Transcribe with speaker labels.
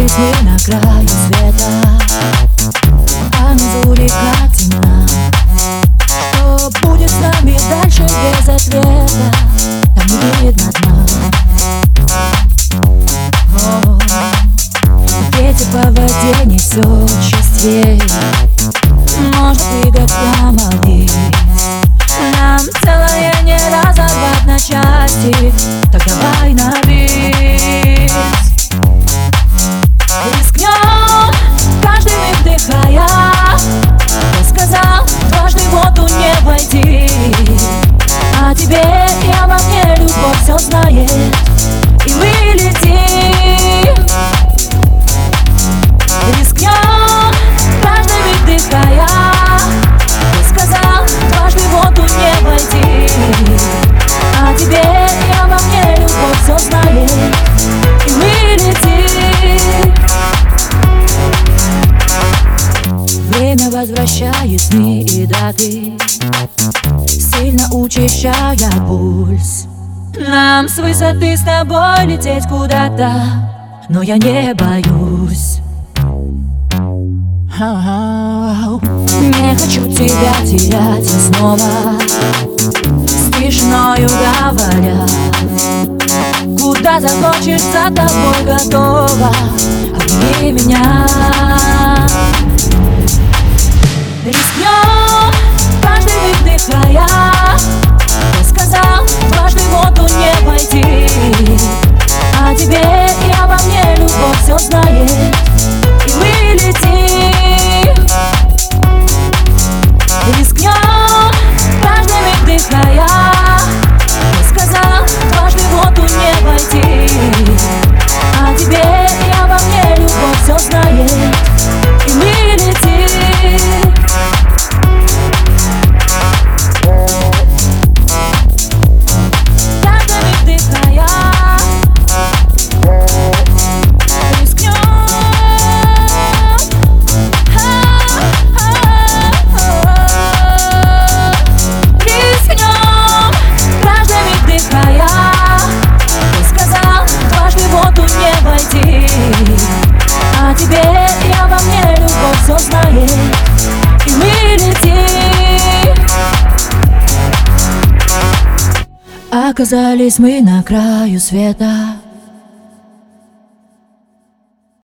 Speaker 1: Оказались мы на краю света, а внизу река темна. Что будет с нами дальше без ответа? Там не видно дна. Ветер по воде несет счастье, можно прыгать прямо вниз. Нам целое не разорвать на части, так давай на бис. Рискнем, каждый миг вдыхая. Я сказал, дважды в воду не войти. А тебе и обо мне любовь все знает, и мы летим. Рискнем, каждый миг вдыхая. Я сказал, дважды в воду не войти. А тебе и обо мне любовь все знает, и мы летим. Время возвращает сны и даты, сильно учащая пульс. Нам с высоты с тобой лететь куда-то, но я не боюсь. Не хочу тебя терять и снова с тишиною говоря. Куда захочешь, за тобой готова. Обними меня. Рискнем, каждый миг вдыхая. Я сказал, дважды в воду не войти. А тебе и обо мне любовь все знает, и мы летим. Рискнем, каждый миг вдыхая. Я сказал, дважды в воду не войти. А тебе и обо мне любовь все знает, и мы летим. Каждый миг вдыхая. Рискнем. Рискнем, каждый миг вдыхая. Я сказал, дважды в воду не войти. А тебе и обо мне любовь все знает, и мы летим. Оказались мы на краю света,